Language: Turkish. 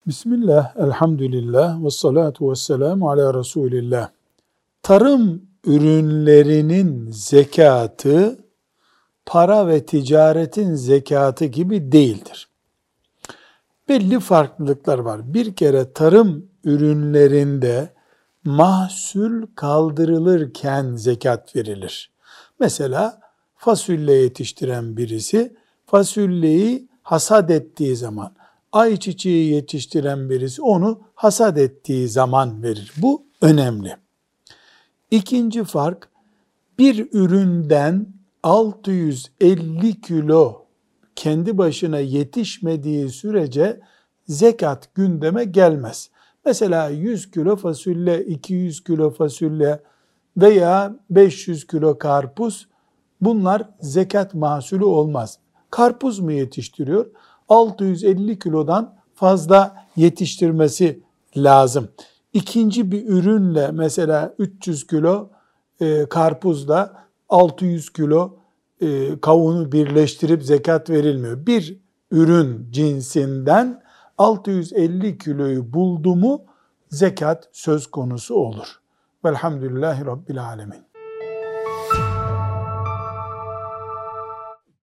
Bismillah, elhamdülillah, ve salatu ve selamu ala Resulillah. Tarım ürünlerinin zekatı, para ve ticaretin zekatı gibi değildir. Belli farklılıklar var. Bir kere tarım ürünlerinde mahsul kaldırılırken zekat verilir. Mesela fasulye yetiştiren birisi, fasulyeyi hasat ettiği zaman, ayçiçeği yetiştiren birisi onu hasat ettiği zaman verir. Bu önemli. İkinci fark, bir üründen 650 kilo kendi başına yetişmediği sürece zekat gündeme gelmez. Mesela 100 kilo fasulye, 200 kilo fasulye veya 500 kilo karpuz, bunlar zekat mahsulü olmaz. Karpuz mu yetiştiriyor? 650 kilodan fazla yetiştirmesi lazım. İkinci bir ürünle, mesela 300 kilo karpuzla 600 kilo kavunu birleştirip zekat verilmiyor. Bir ürün cinsinden 650 kiloyu buldu mu zekat söz konusu olur. Velhamdülillahi Rabbil Alemin.